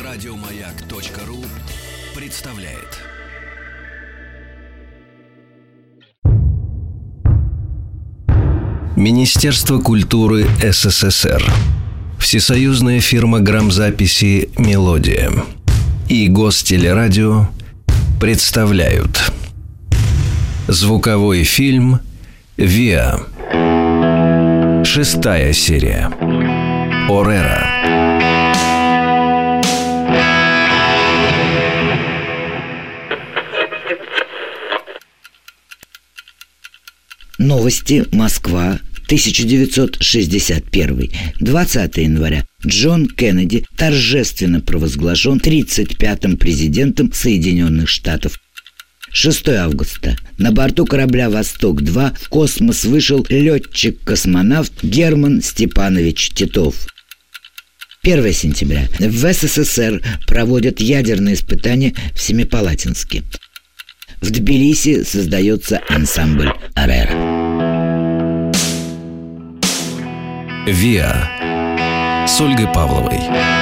Радиомаяк.ру представляет. Министерство культуры СССР, Всесоюзная фирма грамзаписи «Мелодия» и Гостелерадио представляют звуковой фильм «Виа». 6-я серия. Орера. Новости. Москва. 1961. 20 января. Джон Кеннеди торжественно провозглашен 35-м президентом Соединенных Штатов. 6 августа. На борту корабля «Восток-2» в космос вышел летчик-космонавт Герман Степанович Титов. 1 сентября. В СССР проводят ядерные испытания в Семипалатинске. В Тбилиси создается ансамбль «Орера». «Виа» с Ольгой Павловой.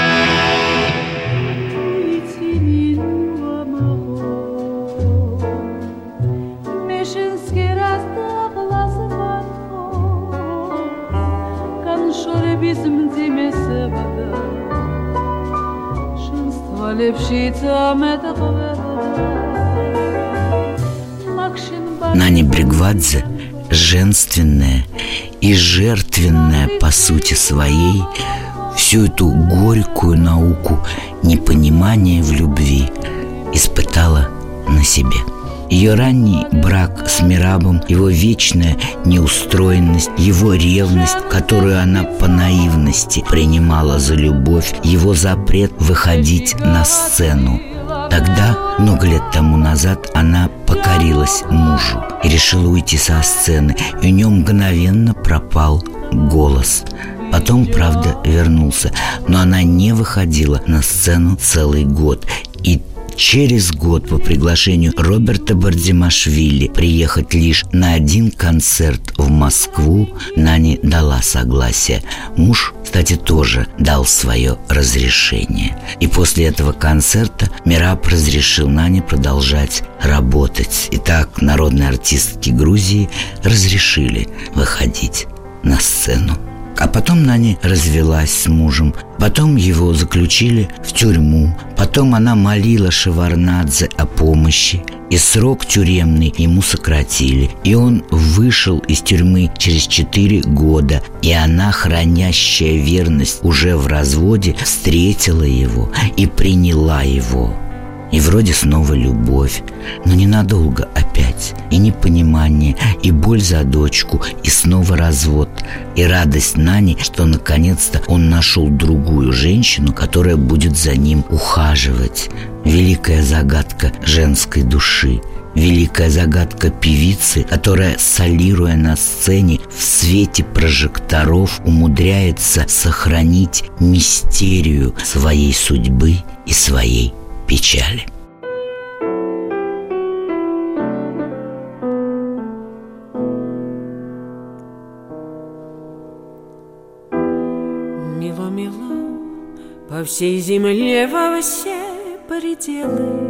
Нани Бригвадзе, женственная и жертвенная по сути своей, всю эту горькую науку непонимания в любви испытала на себе. Ее ранний брак с Мерабом, его вечная неустроенность, его ревность, которую она по наивности принимала за любовь, его запрет выходить на сцену. Тогда, много лет тому назад, она покорилась мужу и решила уйти со сцены, и у нее мгновенно пропал голос. Потом, правда, вернулся, но она не выходила на сцену целый год. И через год по приглашению Роберта Бардимашвили приехать лишь на один концерт в Москву Нани дала согласие. Муж, кстати, тоже дал свое разрешение. И после этого концерта Мераб разрешил Нане продолжать работать. Итак, народные артистки Грузии разрешили выходить на сцену. А потом Нани развелась с мужем. Потом его заключили в тюрьму. Потом она молила Шеварднадзе о помощи. И срок тюремный ему сократили. И он вышел из тюрьмы через 4 года. И она, хранящая верность уже в разводе, встретила его и приняла его. И вроде снова любовь, но ненадолго опять. И непонимание, и боль за дочку, и снова развод. И радость Нани, что наконец-то он нашел другую женщину, которая будет за ним ухаживать. Великая загадка женской души. Великая загадка певицы, которая, солируя на сцене в свете прожекторов, умудряется сохранить мистерию своей судьбы и своей печали. Мило-мило по всей земле во все пределы.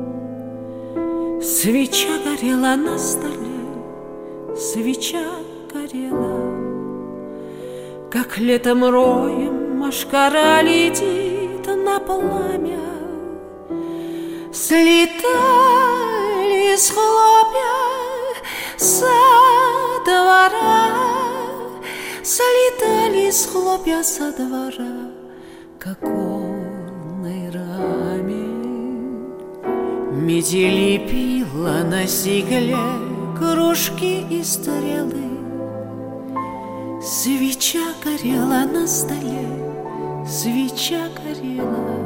Свеча горела на столе, свеча горела, как летом роем машкара летит на пламя. Слетали с хлопья со двора, слетали с хлопья со двора к оконной раме. Метели пила на сигле кружки и стрелы. Свеча горела на столе, свеча горела.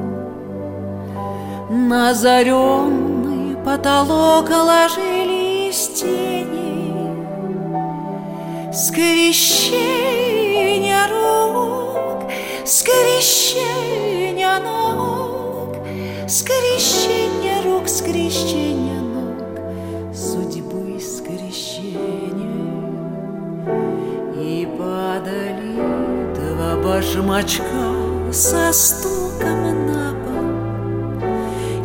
На озаренный потолок ложились тени. Скрещение рук, скрещение ног, скрещение рук, скрещение ног, судьбы скрещение. И падали два башмачка со стуком на пол.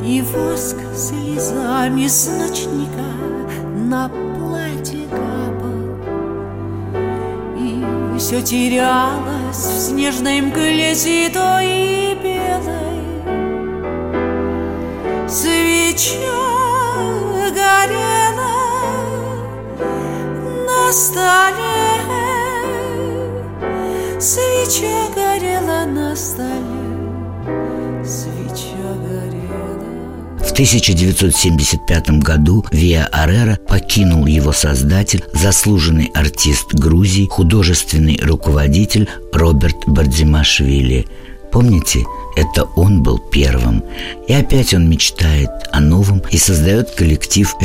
И воск слезами с ночника на платье капал, и все терялось в снежной мгле седой и белой. Свеча горела на столе, свеча горела на столе, свеча горела. В 1975 году Виа Арера покинул его создатель, заслуженный артист Грузии, художественный руководитель Роберт Бардзимашвили. Помните, это он был первым. И опять он мечтает о новом и создает коллектив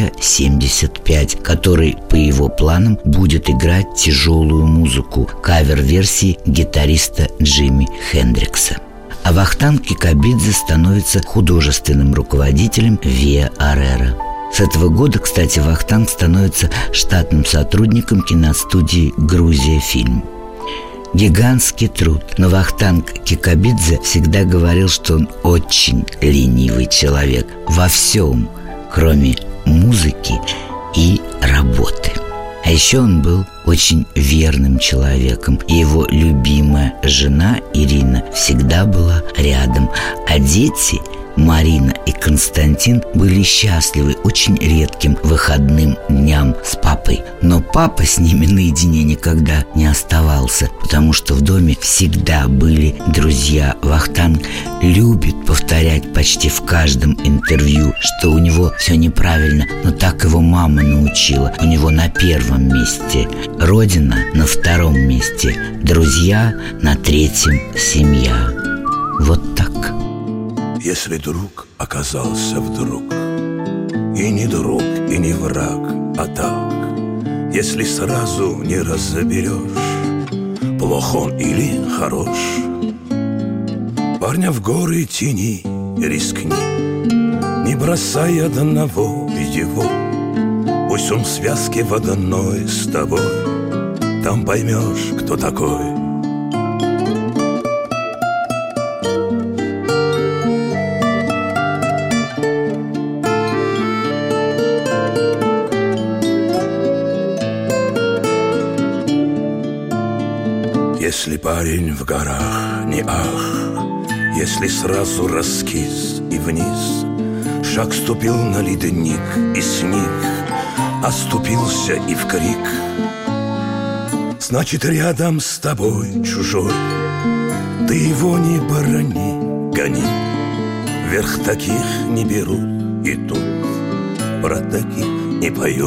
Виа-75, который, по его планам, будет играть тяжелую музыку, кавер-версии гитариста Джимми Хендрикса. А Вахтанг Кикабидзе становится художественным руководителем Виа Арера. С этого года, кстати, Вахтанг становится штатным сотрудником киностудии «Грузия Фильм». Гигантский труд, но Вахтанг Кикабидзе всегда говорил, что он очень ленивый человек во всем, кроме музыки и работы. А еще он был очень верным человеком, и его любимая жена Ирина всегда была рядом, а дети Марина и Константин были счастливы очень редким выходным дням с папой. Но папа с ними наедине никогда не оставался, потому что в доме всегда были друзья. Вахтанг любит повторять почти в каждом интервью, что у него все неправильно, но так его мама научила. У него на первом месте родина, на втором месте друзья, на третьем семья. Вот так. Если друг оказался вдруг, и не друг, и не враг, а так, если сразу не разберешь, плох он или хорош, парня в горы тяни, рискни, не бросай одного его. Пусть он в связке в одной с тобой, там поймешь, кто такой. Если парень в горах не ах, если сразу раскис и вниз, шаг ступил на ледник и сник, оступился и в крик, значит, рядом с тобой чужой, ты его не борони, гони, вверх таких не берут, и тут про таких не поют.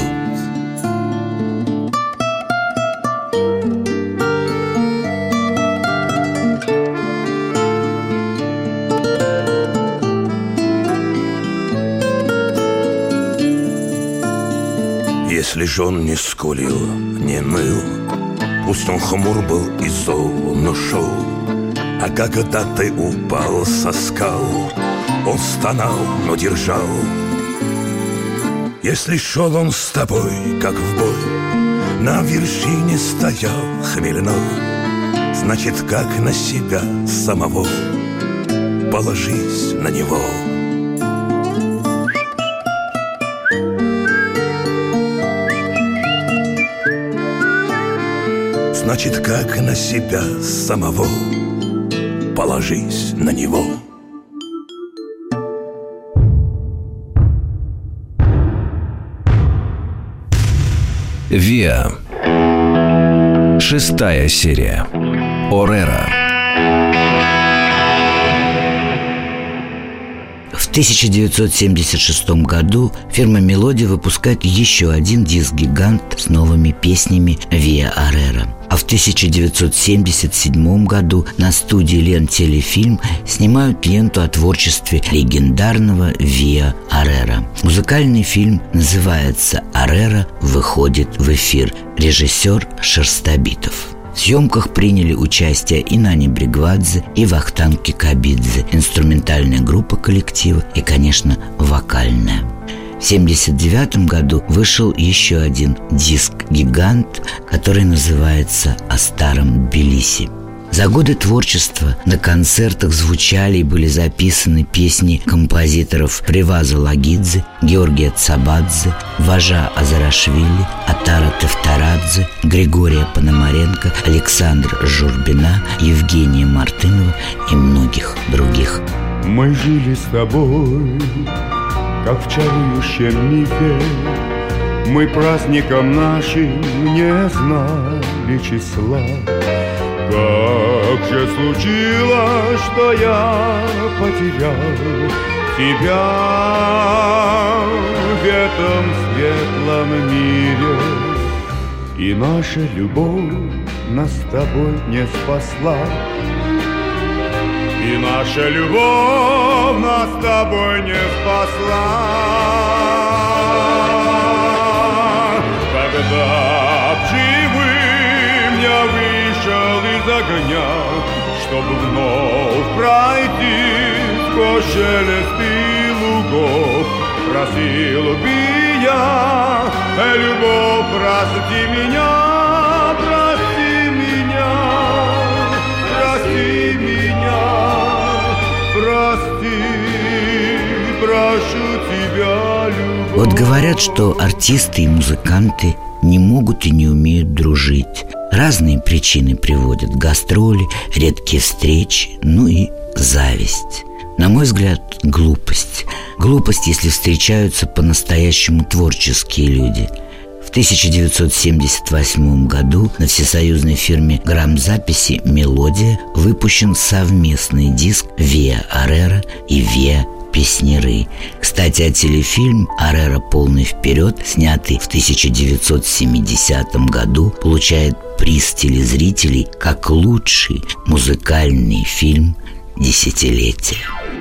Если ж он не скулил, не ныл, пусть он хмур был и зол, но шел, а когда ты упал со скал, он стонал, но держал. Если шел он с тобой, как в бой, на вершине стоял хмельной, значит, как на себя самого, положись на него. Значит, как на себя самого, положись на него. Виа. 6-я серия. Орера. В 1976 году фирма «Мелодия» выпускает еще один диск-гигант с новыми песнями Виа Арера. А в 1977 году на студии «Лентелефильм» снимают ленту о творчестве легендарного Виа Арера. Музыкальный фильм называется «Арера выходит в эфир». Режиссер Шерстобитов. В съемках приняли участие и Нани Бригвадзе, и Вахтанг Кикабидзе, инструментальная группа коллектива и, конечно, вокальная. В 1979 году вышел еще один диск-гигант, который называется «О старом Тбилиси». За годы творчества на концертах звучали и были записаны песни композиторов Приваза Лагидзе, Георгия Цабадзе, Важа Азарашвили, Атара Тефтарадзе, Григория Пономаренко, Александра Журбина, Евгения Мартынова и многих других. Мы жили с тобой, как в чарующем мифе. Мы праздником нашим не знали числа. Как же случилось, что я потерял тебя в этом светлом мире, и наша любовь нас с тобой не спасла. И наша любовь нас с тобой не спасла. Когда б живым я вышел из огня, чтобы вновь пройти сквозь шелесты лугов, просил бы я: любовь, прости меня, прости меня, прости меня, прости, прошу тебя, любовь. Вот говорят, что артисты и музыканты не могут и не умеют дружить. Разные причины приводят: гастроли, редкие встречи, ну и зависть. На мой взгляд, глупость. Глупость, если встречаются по-настоящему творческие люди. В 1978 году на всесоюзной фирме грамзаписи «Мелодия» выпущен совместный диск Виа Орера и Виа Песняры. Кстати, а телефильм «Орера. Полный вперед», снятый в 1970 году, получает приз телезрителей как лучший музыкальный фильм десятилетия.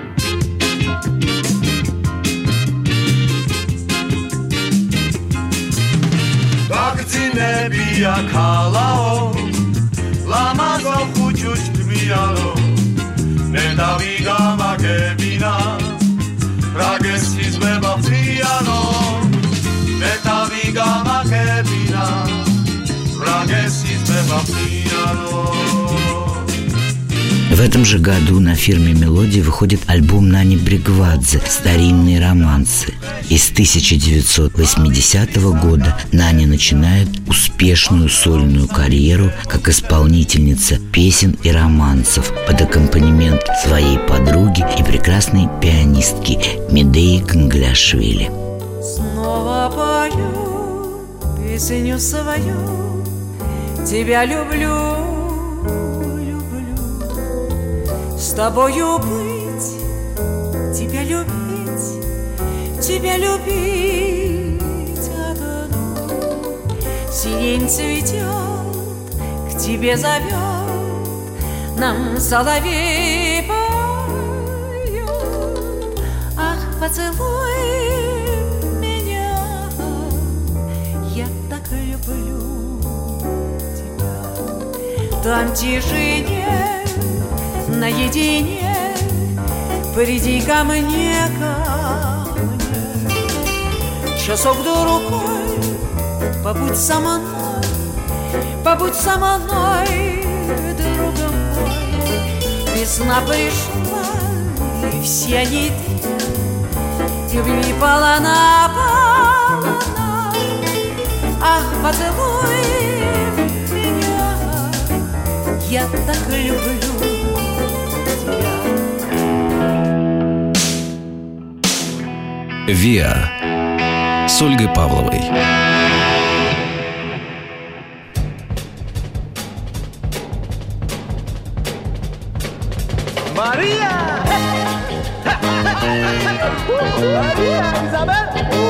В этом же году на фирме «Мелодия» выходит альбом Нани Бригвадзе «Старинные романсы». И с 1980 года Наня начинает успешную сольную карьеру как исполнительница песен и романсов под аккомпанемент своей подруги и прекрасной пианистки Медеи Гангляшвили. Снова пою песню свою, тебя люблю, люблю. С тобою быть, тебя любить, тебя любить одну. Сирень цветет, к тебе зовет, нам соловей поет. Ах, поцелуй меня, я так люблю тебя. Там в тишине, наедине, приди ко мне, часок до рукой, побудь со мной, друг мой. Весна пришла, и все они любви полна, полна. Ах, поцелуй меня, я так люблю тебя. «Виа» с Ольгой Павловой. María, María Isabel.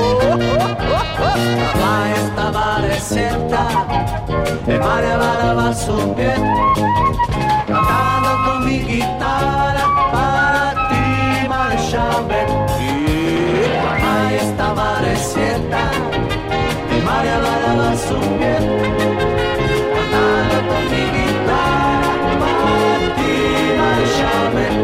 Mamá estaba desierta, el mar alaba su piel, cantando con mi guitarra para ti, Marisabel. Mamá estaba desierta, el mar alaba su piel, cantando con mi guitarra para ti, Marisabel.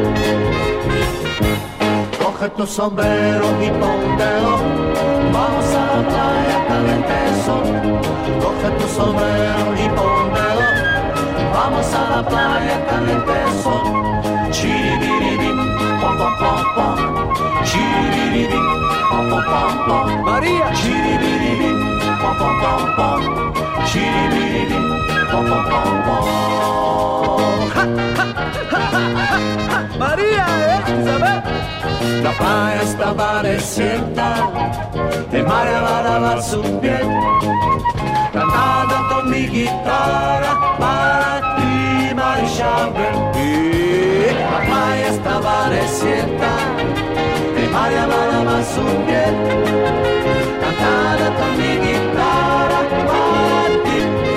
Coge tu sombrero y póntelo, vamos a la playa caliente el sol. Coge tu sombrero y póntelo, vamos vamos a la playa caliente sol. Chiribiribim, pom pom pom pom. Chiribiribim, pom pom pom pom. María, Chiribiribim, pom pom pom pom. Chiribiribim, pom pom pom pom. María, Isabel. La playa estaba desierta, el mar va a lavar su piel. Cantando con mi guitarra para ti, Marishabel. La playa estaba desierta, el mar va a lavar su piel. Cantando con mi guitarra para ti.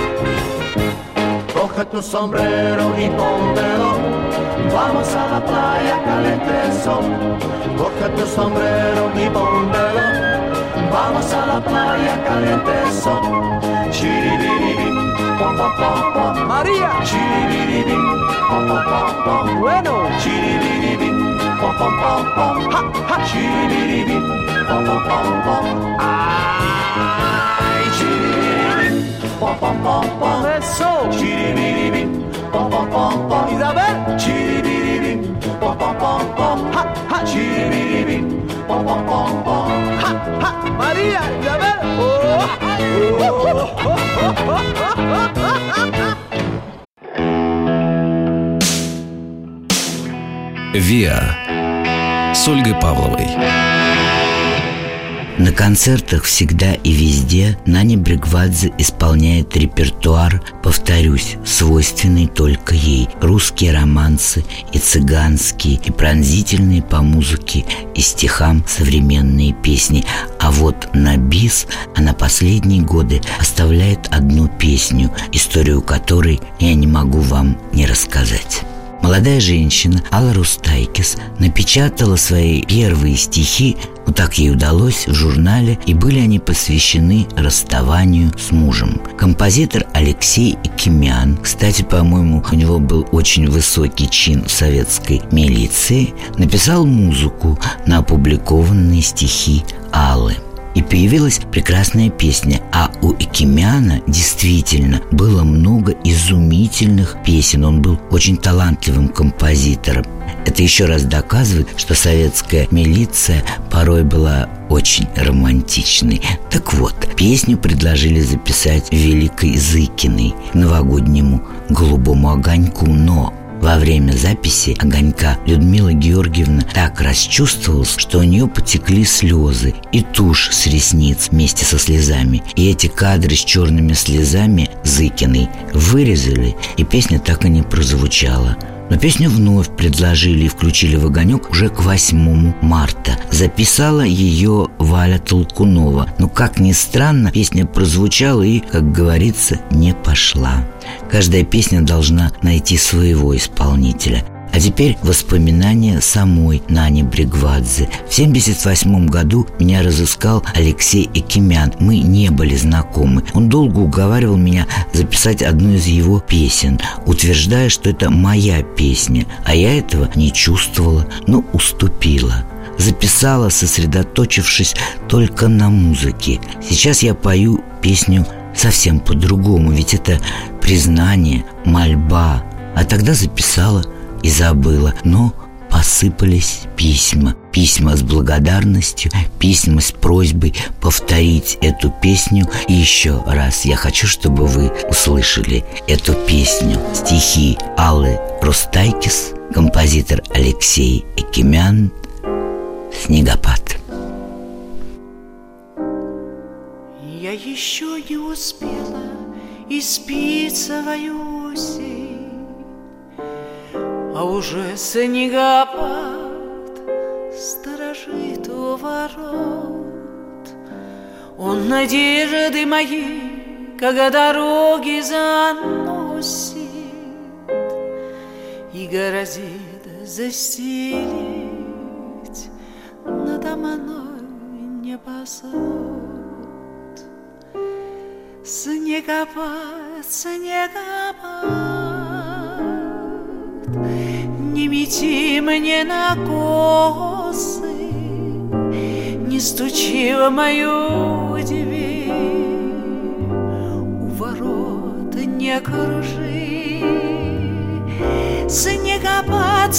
Coge tu sombrero y póntelo, vamos a la playa caliente el sol. Coge tu sombrero y póntelo, vamos a la playa caliente el sol. Chiribiribim, pom pom pom pom. María, Chiribiribim, pom pom pom pom. bueno. Chiribiribim, pom pom pom pom. Ha, ha. Chiribiribim, pom pom pom pom. Ay, chiribiribim, pom pom pom pom. Eso. Chiribiribim, pom pom pom pom. Isabel. Chiribiribim, pom pom pom pom. Ha, ha. Chiribiribim, pom pom pom pom. Ha, ha. María, Isabel. «Виа» с Ольгой Павловой. На концертах всегда и везде Наня Бригвадзе исполняет репертуар, повторюсь, свойственный только ей. Русские романсы и цыганские, и пронзительные по музыке и стихам современные песни. А вот на бис она последние годы оставляет одну песню, историю которой я не могу вам не рассказать. Молодая женщина Алла Рустайкис напечатала свои первые стихи, так ей удалось, в журнале, и были они посвящены расставанию с мужем. Композитор Алексей Экимян, кстати, по-моему, у него был очень высокий чин в советской милиции, написал музыку на опубликованные стихи Аллы. И появилась прекрасная песня. А у Экимяна действительно было много изумительных песен. Он был очень талантливым композитором. Это еще раз доказывает, что советская милиция порой была очень романтичной. Так вот, песню предложили записать Великой Зыкиной к новогоднему «Голубому огоньку», но во время записи «Огонька» Людмила Георгиевна так расчувствовалась, что у нее потекли слезы и тушь с ресниц вместе со слезами. И эти кадры с черными слезами Зыкиной вырезали, и песня так и не прозвучала. Но песню вновь предложили и включили в «Огонек» уже к 8 марта. Записала ее Валя Толкунова. Но, как ни странно, песня прозвучала и, как говорится, не пошла. Каждая песня должна найти своего исполнителя. А теперь воспоминания самой Нани Бригвадзе. В 1978 году меня разыскал Алексей Экимян. Мы не были знакомы. Он долго уговаривал меня записать одну из его песен, утверждая, что это моя песня, а я этого не чувствовала, но уступила. Записала, сосредоточившись только на музыке. Сейчас я пою песню совсем по-другому, ведь это признание, мольба. А тогда записала и забыла, но посыпались письма. Письма с благодарностью, письма с просьбой повторить эту песню. И еще раз я хочу, чтобы вы услышали эту песню. Стихи Аллы Рустайкис, композитор Алексей Экимян, «Снегопад». Я еще не успела испить свою осень, а уже снегопад сторожит у ворот. Он надежды мои, как дороги заносит, и грозит застелить надо мной небосвод. Снегопад, снегопад, не мети мне на косы, не стучи в мою дверь, у ворот не кружи. снегопад,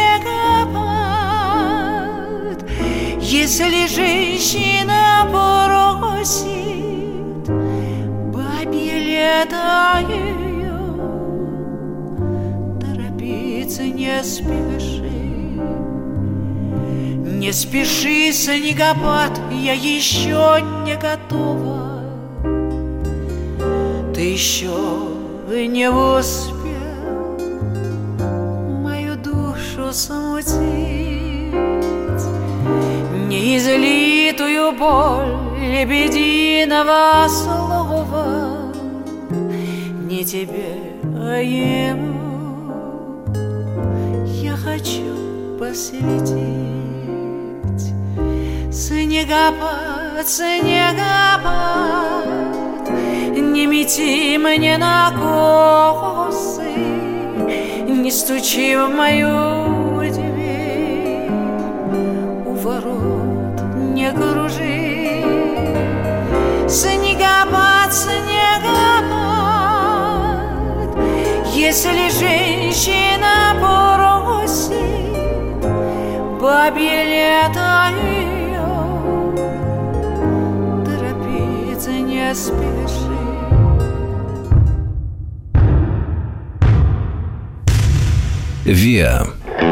снегопад. Если женщина просит бабье лето ее, торопиться не спеши. Не спеши, снегопад, я еще не готова. Ты еще не успел мою душу смутить. Неизлитую боль лебединого слова не тебе, а ему я хочу посвятить. Снегопад, снегопад, не мети мне на косы, не стучи в мою дверь, у ворот не кружи. Снегопад, снегопад, если женщина просит бабье лето ее, торопиться не спеши. Виа.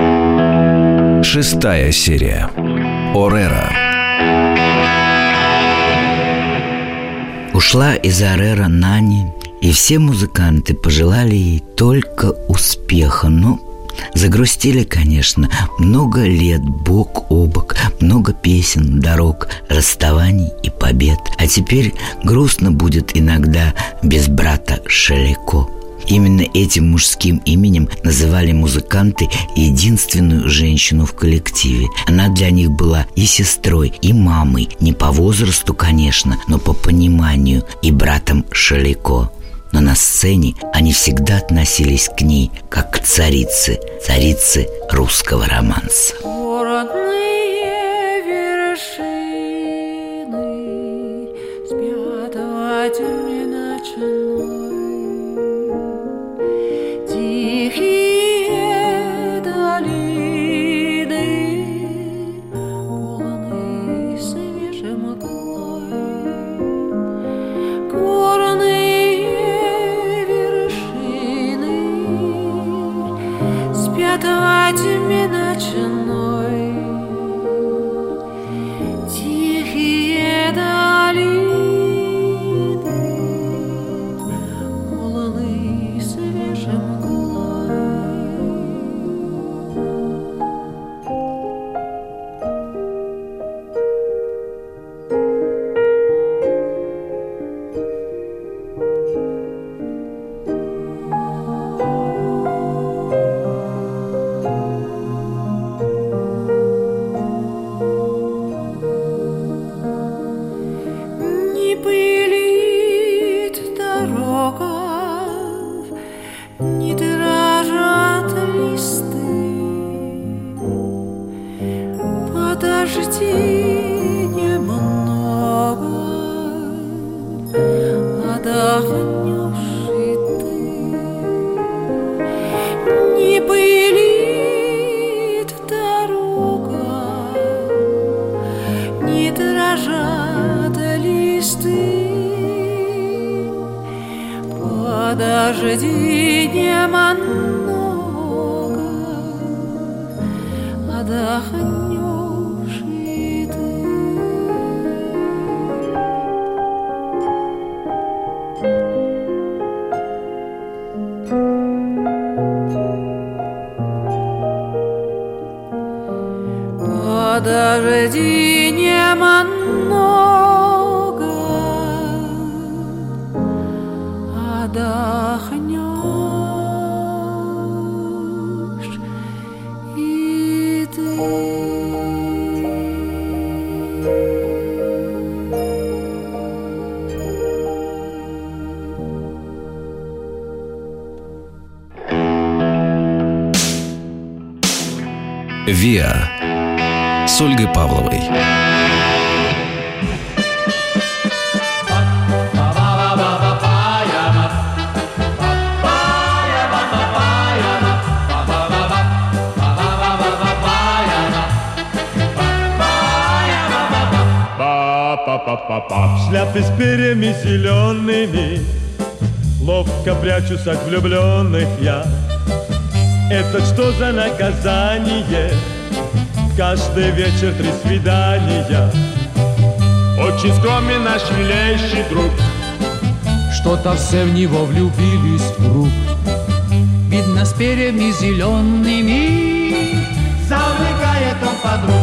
6-я серия. Орера. Ушла из Орера Нани, и все музыканты пожелали ей только успеха. Но загрустили, конечно, много лет бок о бок, много песен, дорог, расставаний и побед. А теперь грустно будет иногда без брата Шалико. Именно этим мужским именем называли музыканты единственную женщину в коллективе. Она для них была и сестрой, и мамой, не по возрасту, конечно, но по пониманию, и братом Шалико. Но на сцене они всегда относились к ней как к царице русского романса. Городные вершины спят во тьме ночной, тихие долины полны свежей мглой. Спят во тьме ночной, тихие долины полны свежей мглой. Подожди немного, отдохнешь и ты. Подожди немного, отдохнешь и ты. Виа с Ольгой Павловой. Шляпы с перьями зелеными ловко прячусь от влюбленных я. Это что за наказание? Каждый вечер 3 свидания. Очень скромен наш милейший друг. Что-то все в него влюбились вдруг. Видно, с перьями зелеными Завлекает он подруг.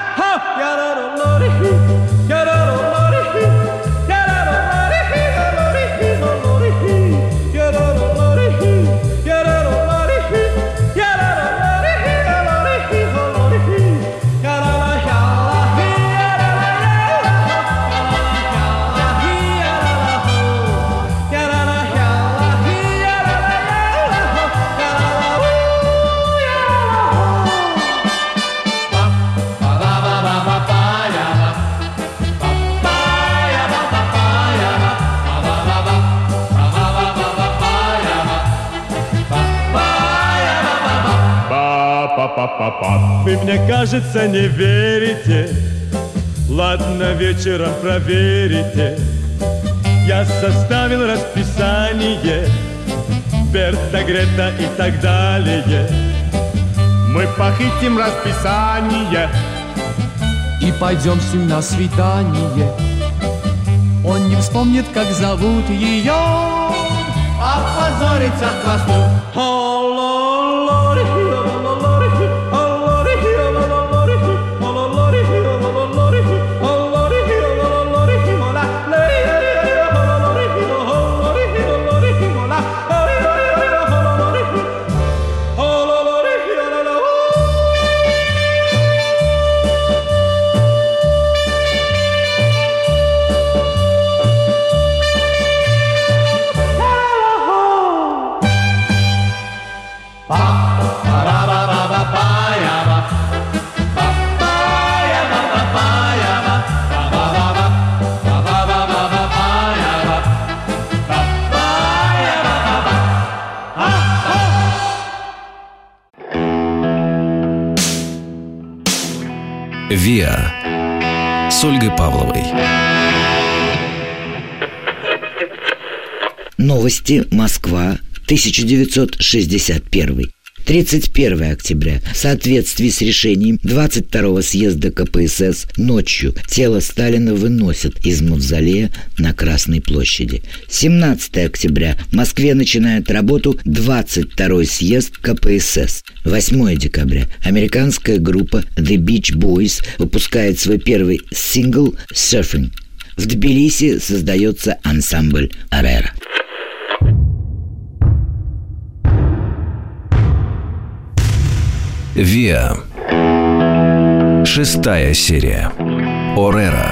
Вы, мне кажется, не верите. Ладно, вечером проверите. Я составил расписание Берта, Грета и так далее. Мы похитим расписание и пойдем с ним на свидание. Он не вспомнит, как зовут ее, Опозорится в хвосту. «Виа» с Ольгой Павловой. Новости. Москва. 1961. 31 октября. В соответствии с решением 22-го съезда КПСС ночью тело Сталина выносят из мавзолея на Красной площади. 17 октября. В Москве начинает работу 22-й съезд КПСС. 8 декабря. Американская группа The Beach Boys выпускает свой первый сингл «Surfing». В Тбилиси создается ансамбль «Орера». «Виа». 6-я серия. «Орера».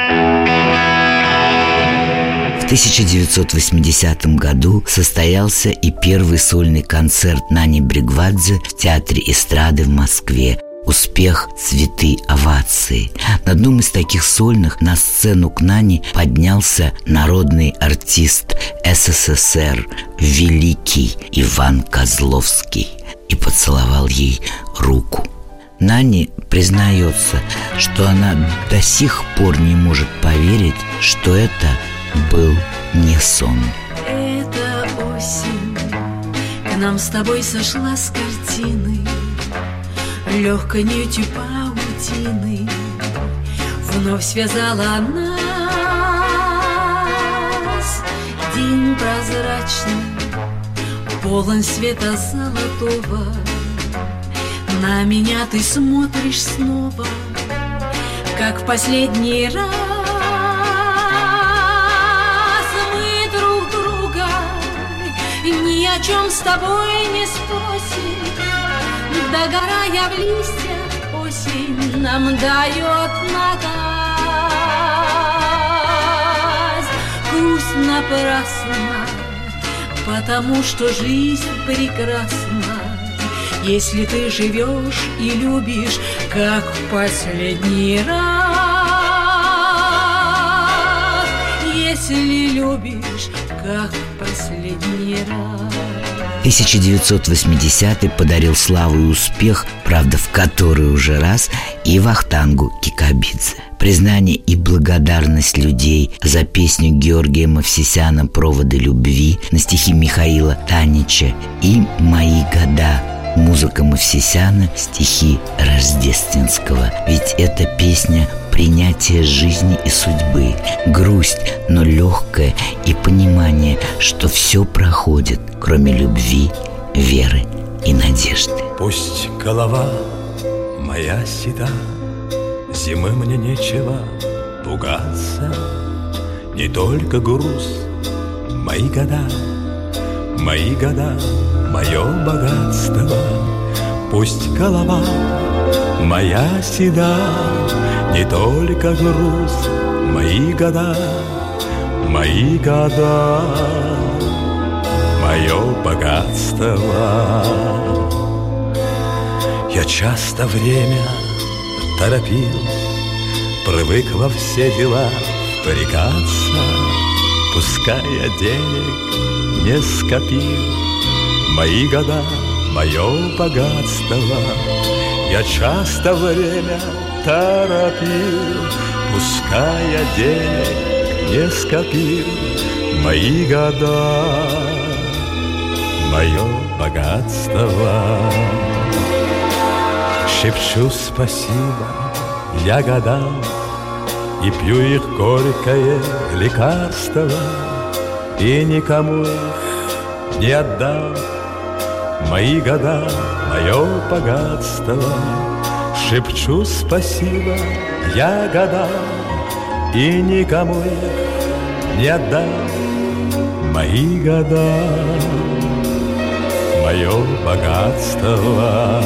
В 1980 году состоялся и первый сольный концерт Нани Бригвадзе в Театре эстрады в Москве. Успех, цветы, овации. На одном из таких сольных на сцену к Нане поднялся народный артист СССР, великий Иван Козловский, и поцеловал ей руку. Нани признается, что она до сих пор не может поверить, что это был не сон. Эта осень к нам с тобой сошла с картины, легкой нитью паутины вновь связала нас. День прозрачный, полон света золотого. На меня ты смотришь снова, как в последний раз. Мы друг друга ни о чем с тобой не спросим. Догорая в листьях, осень нам дает наказ. Грусть напрасна, потому что жизнь прекрасна, если ты живешь и любишь, как в последний раз. Если любишь, как в последний раз. 1980-й подарил славу и успех, правда, в который уже раз, и Вахтангу Кикабидзе. признание и благодарность людей за песню Георгия Мовсисяна «Проводы любви» на стихи Михаила Танича и «Мои года». Музыка Мовсисяна, стихи Рождественского. Ведь это песня принятия жизни и судьбы, грусть, но легкое, и понимание, что все проходит, кроме любви, веры и надежды. Пусть голова моя седа, зимы мне нечего пугаться, не только груз, мои года, мое богатство. Пусть голова моя седа, не только груз, мои года, мое богатство. Я часто время торопил, привык во все дела впрягаться, пускай я денег не скопил, мои года, мое богатство. Я часто время торопил, пускай я денег не скопил, мои года, мое богатство. Шепчу спасибо я годам и пью их горькое лекарство, и никому их не отдам, мои года, мое богатство. Шепчу спасибо я годам и никому их не отдам, мои года, мое богатство.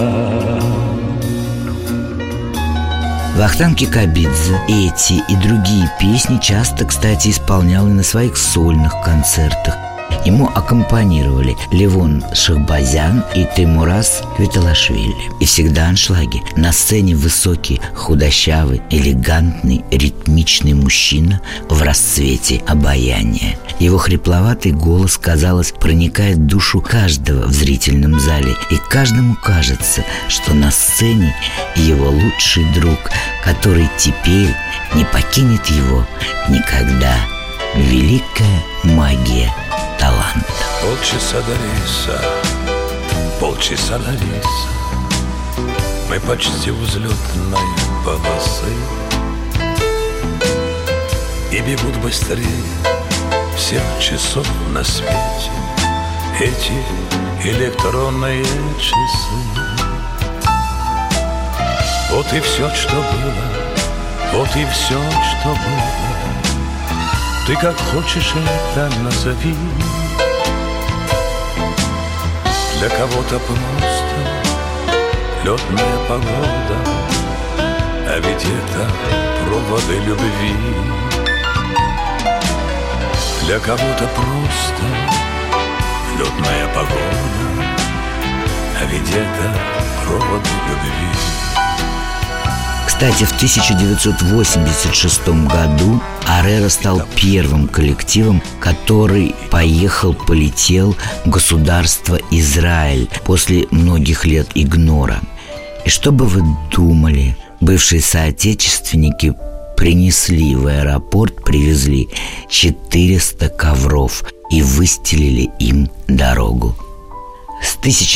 Вахтанг Кикабидзе эти и другие песни часто, кстати, исполнял и на своих сольных концертах. Ему аккомпанировали Левон Шахбазян и Теймураз Квиталашвили. И всегда аншлаги. На сцене высокий, худощавый, элегантный, ритмичный мужчина в расцвете обаяния. Его хрипловатый голос, казалось, проникает в душу каждого в зрительном зале. И каждому кажется, что на сцене его лучший друг, который теперь не покинет его никогда. Великая магия таланта. Полчаса до рейса, полчаса до рейса, мы почти в взлетной полосы, и бегут быстрее всех часов на свете эти электронные часы. Вот и все, что было, вот и все, что было. Ты как хочешь это назови. Для кого-то просто летная погода, а ведь это проводы любви. Для кого-то просто летная погода, а ведь это проводы любви. Кстати, в 1986 году Арера стал первым коллективом, который полетел в государство Израиль после многих лет игнора. И что бы вы думали, бывшие соотечественники привезли в аэропорт 400 ковров и выстелили им дорогу. С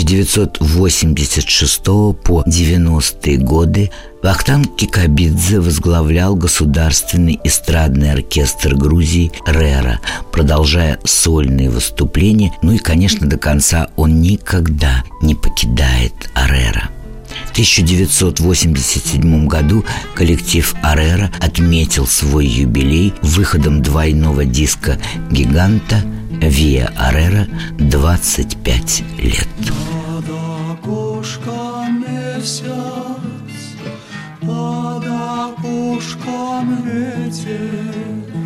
1986 по 90-е годы Вахтанг Кикабидзе возглавлял Государственный эстрадный оркестр Грузии «РЭРА», продолжая сольные выступления, и, конечно, до конца он никогда не покидает «РЭРА». В 1987 году коллектив «РЭРА» отметил свой юбилей выходом двойного диска «Гиганта» «Виа РЭРА» 25 лет. Под окошком месяц, под окошком ветер,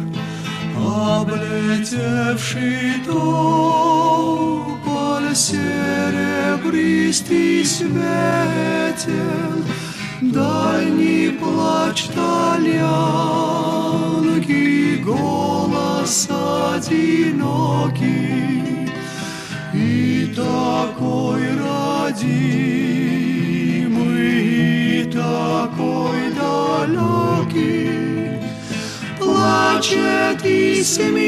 облетевший тополь серебристый светел, дальний плач тальянки, голос одинокий, и такой родимый, и такой далекий. плачет и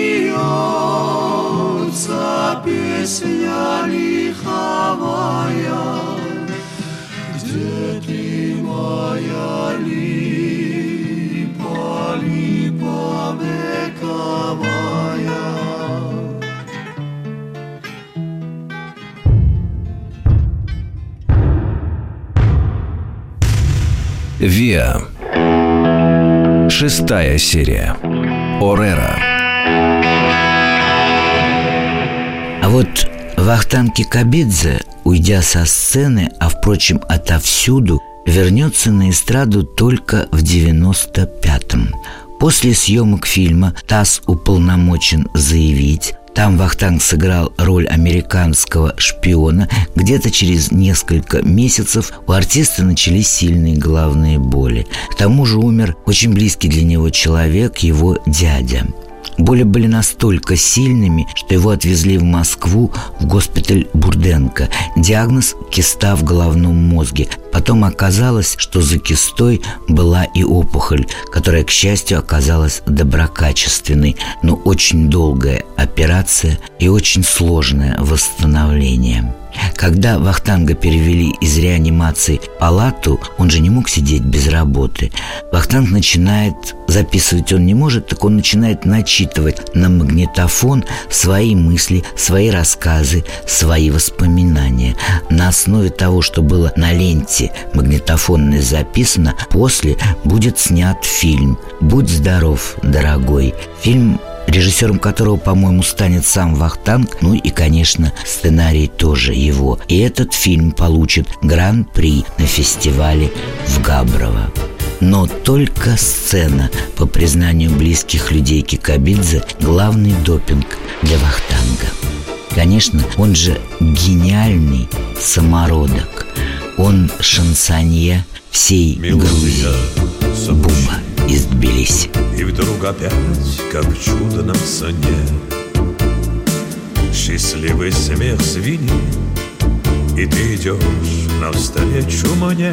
смеется песня лиховая. Где ты, моя липа, липа вековая? Виа. 6-я серия. Орера. А вот Вахтанг Кикабидзе, уйдя со сцены, а, впрочем, отовсюду, вернется на эстраду только в 95-м. После съемок фильма ТАСС уполномочен заявить, там Вахтанг сыграл роль американского шпиона. Где-то через несколько месяцев у артиста начались сильные головные боли. К тому же умер очень близкий для него человек, его дядя. Боли были настолько сильными, что его отвезли в Москву в госпиталь Бурденко. Диагноз – киста в головном мозге. Потом оказалось, что за кистой была и опухоль, которая, к счастью, оказалась доброкачественной, но очень долгая операция и очень сложное восстановление. Когда Вахтанга перевели из реанимации в палату, он же не мог сидеть без работы. Вахтанг начинает, записывать он не может, так он начинает начитывать на магнитофон свои мысли, свои рассказы, свои воспоминания. На основе того, что было на ленте магнитофонной записано, после будет снят фильм «Будь здоров, дорогой». Фильм, режиссером которого, по-моему, станет сам Вахтанг, ну и, конечно, сценарий тоже его. И этот фильм получит гран-при на фестивале в Габрово. Но только сцена, по признанию близких людей Кикабидзе, главный допинг для Вахтанга. Конечно, он же гениальный самородок. Он шансонье всей Грузии. Буба из Тбилиси. И вдруг опять, как в чудном сне, счастливый смех звенит, и ты идешь навстречу мне.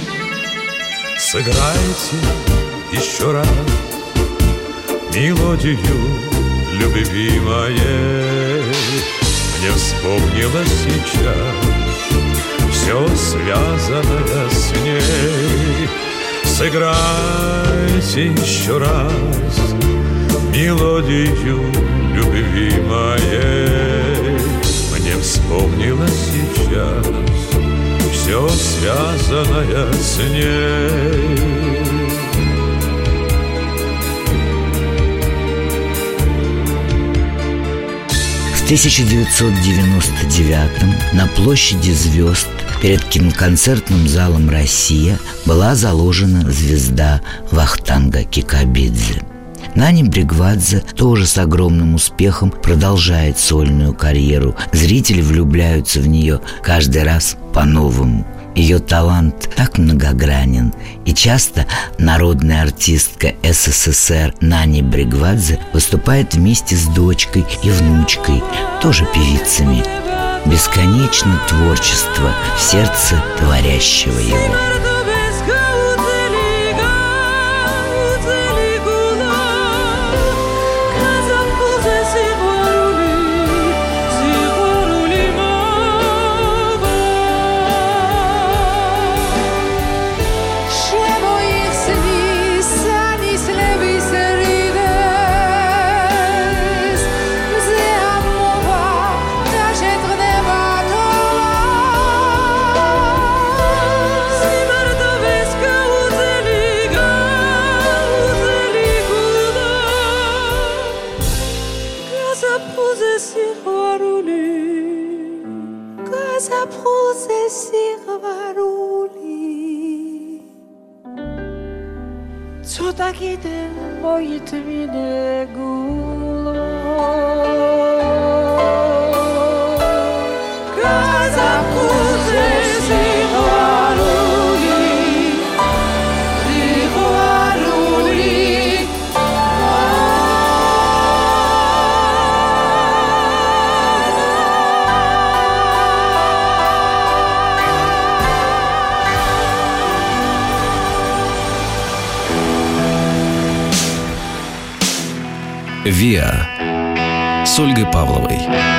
Сыграйте еще раз мелодию любви моей. Мне вспомнилось сейчас все связанное с ней. Сыграйте еще раз мелодию любви моей. Мне вспомнилось сейчас все связанное с ней. В 1999-м на площади звезд перед киноконцертным залом «Россия» была заложена звезда Вахтанга Кикабидзе. Нани Бригвадзе тоже с огромным успехом продолжает сольную карьеру. Зрители влюбляются в нее каждый раз по-новому. Ее талант так многогранен, и часто народная артистка СССР Нани Бригвадзе выступает вместе с дочкой и внучкой, тоже певицами. Бесконечно творчество в сердце творящего его. Co taki ten moje tmine gulo Kaza puze si haruli «Виа» с Ольгой Павловой.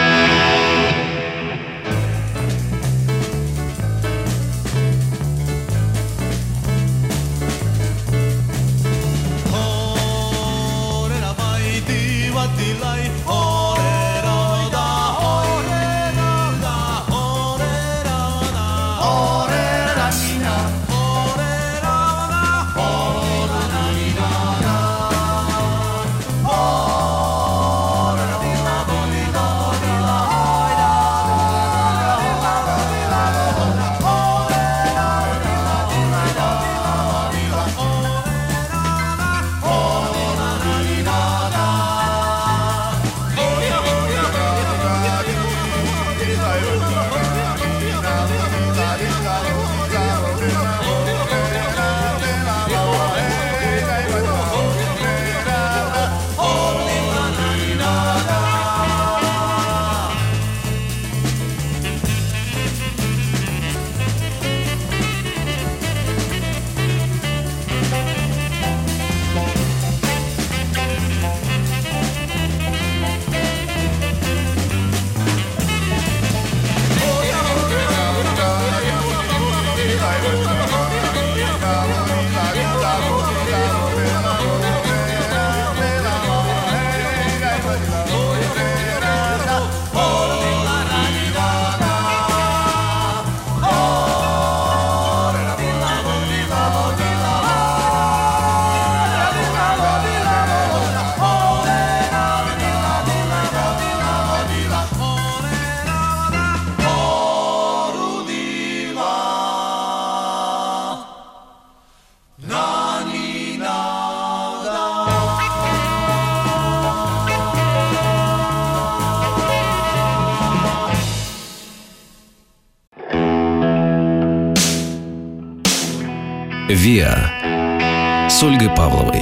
«Виа» с Ольгой Павловой.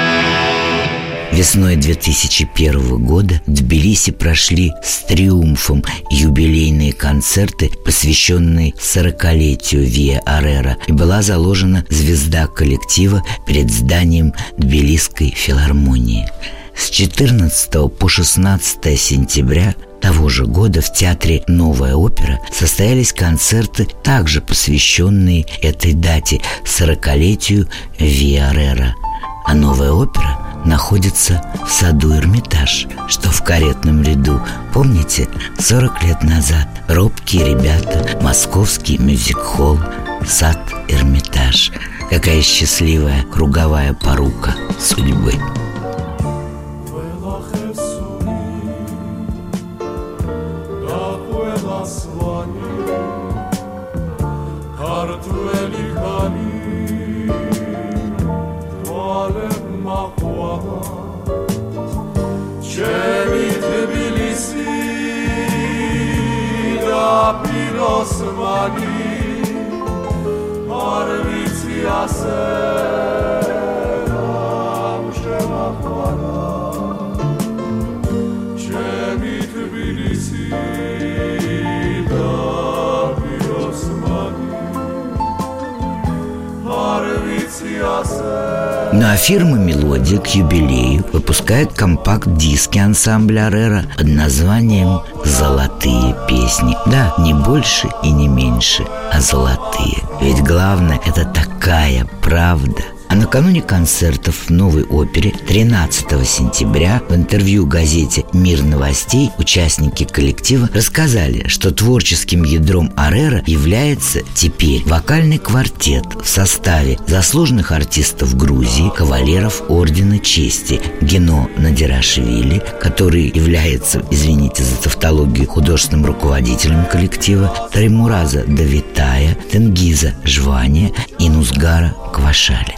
Весной 2001 года в Тбилиси прошли с триумфом юбилейные концерты, посвященные 40-летию Виа Арера, и была заложена звезда коллектива перед зданием Тбилисской филармонии. С 14 по 16 сентября того же года в театре «Новая опера» состоялись концерты, также посвященные этой дате, 40-летию Виа Арера. А «Новая опера» находится в саду Эрмитаж, что в каретном ряду. Помните, 40 лет назад робкие ребята, московский мюзик-холл, сад Эрмитаж. Какая счастливая круговая порука судьбы. Ну а фирма «Мелодия» к юбилею выпускает компакт-диски ансамбля Арера под названием «Золотые песни». Да, не больше и не меньше, а золотые. Ведь главное – это такая правда. А накануне концертов в Новой опере 13 сентября в интервью газете «Мир новостей» участники коллектива рассказали, что творческим ядром Арера является теперь вокальный квартет в составе заслуженных артистов Грузии, кавалеров Ордена Чести Гено Надирашвили, который является, извините за тавтологию, художественным руководителем коллектива, Таймураза Давитая, Тенгиза Жвания и Нузгара Квашали.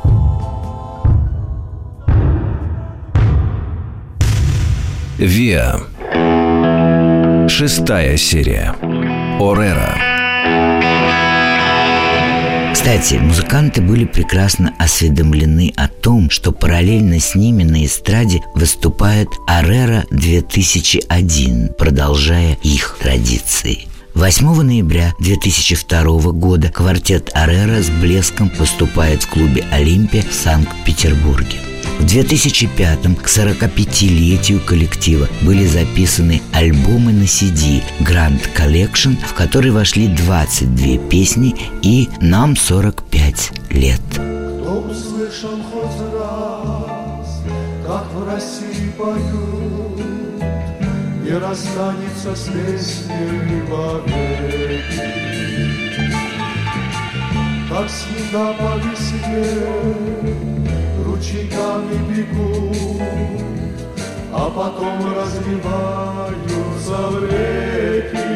«Виа». 6-я серия. «Орера». Кстати, музыканты были прекрасно осведомлены о том, что параллельно с ними на эстраде выступает Арера 2001, продолжая их традиции. 8 ноября 2002 года квартет Арера с блеском выступает в клубе «Олимпия» в Санкт-Петербурге. В 2005-м к 45-летию коллектива были записаны альбомы на CD Grand Collection, в который вошли 22 песни и «Нам 45 лет». Кто услышал хоть раз, как в России поют, не расстанется с песней вовеки. Как снега по весне ручейками бегут, а потом разливаются в реки.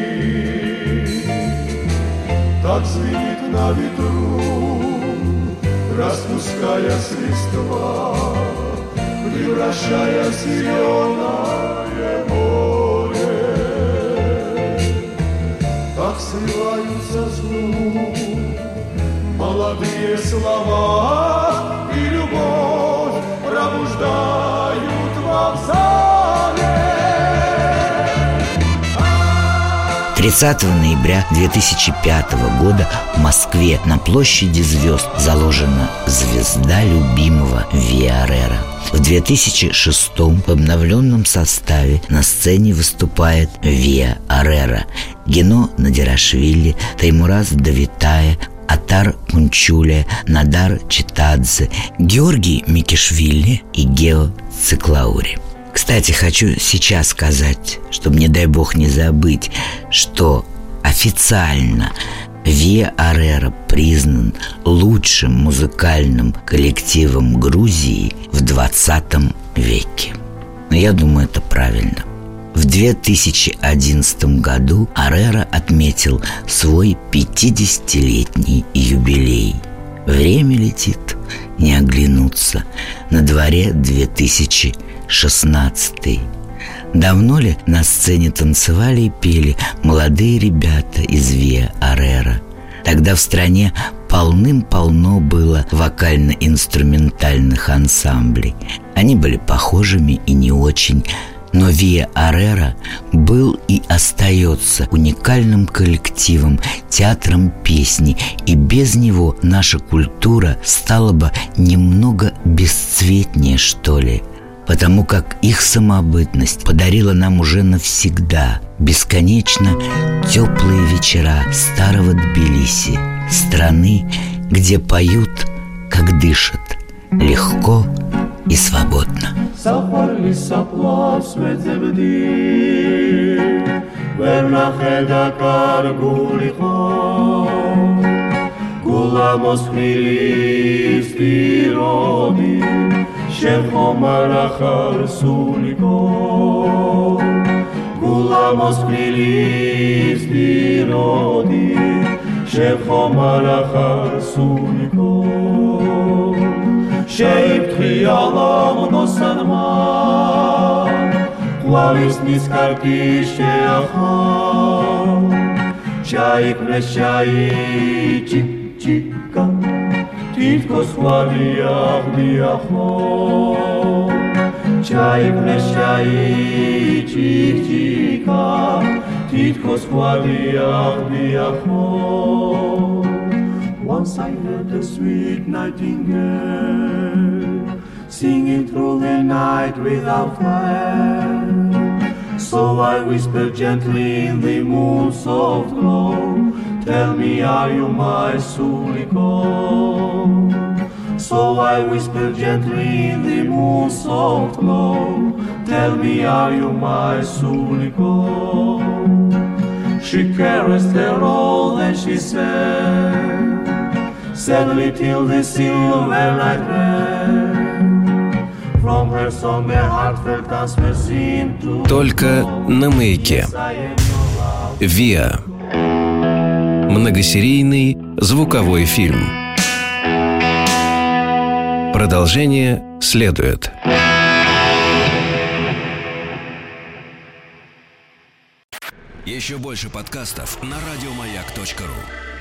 Так звенит на ветру, распускаясь листва, превращая зеленое море. Так сливаются с губ молодые слова, и любовь пробуждают в вокзале. 30 ноября 2005 года в Москве на площади звезд заложена звезда любимого Виа Арера. В 2006-м в обновленном составе на сцене выступает Виа Арера, Гено Надирашвили, Таймураз Давитая, Атар Пунчуля, Надар Читадзе, Георгий Микишвили и Гео Циклаури. Кстати, хочу сейчас сказать, чтобы, не дай бог, не забыть, что официально Виа Арера признан лучшим музыкальным коллективом Грузии в 20 веке. Но я думаю, это правильно. В 2011 году Арера отметил свой 50-летний юбилей. Время летит, не оглянуться. На дворе 2016. Давно ли на сцене танцевали и пели молодые ребята из Виа Арера? Тогда в стране полным-полно было вокально-инструментальных ансамблей. Они были похожими и не очень. Но Виа Арера был и остается уникальным коллективом, театром песни, и без него наша культура стала бы немного бесцветнее, что ли, потому как их самобытность подарила нам уже навсегда бесконечно теплые вечера старого Тбилиси, страны, где поют, как дышат, легко и свободно. Սախարլի սապլաց մեծեբդի վերնախեդակար գուլիխով գուլամոս խիրիս տիրոդի շերխոմարախար սուլիկով գուլամոս խիրիս տիրոդի շերխոմարախար սուլիկով Շեիբ խիալամ նոսանման Խուալիս նիսկարկիշ է ախան Չայիք նես չայի չիկ-չիկա Թիվկոս խուալի աղդի ախան Չայիք նես չայի չիկ-չիկա Թիվկոս խուալի աղդի ախան Once I heard the sweet nightingale singing through the night without fire. So I whispered gently in the moon's soft glow, tell me, are you my Suliko? So I whispered gently in the moon's soft glow, tell me, are you my Suliko? She caressed her all and she said, sadly till the silver night ran. From her song my heart felt transfer seemed to Только на маяке. Виа. Многосерийный звуковой фильм. Продолжение следует. Еще больше подкастов на радиомаяк.ру.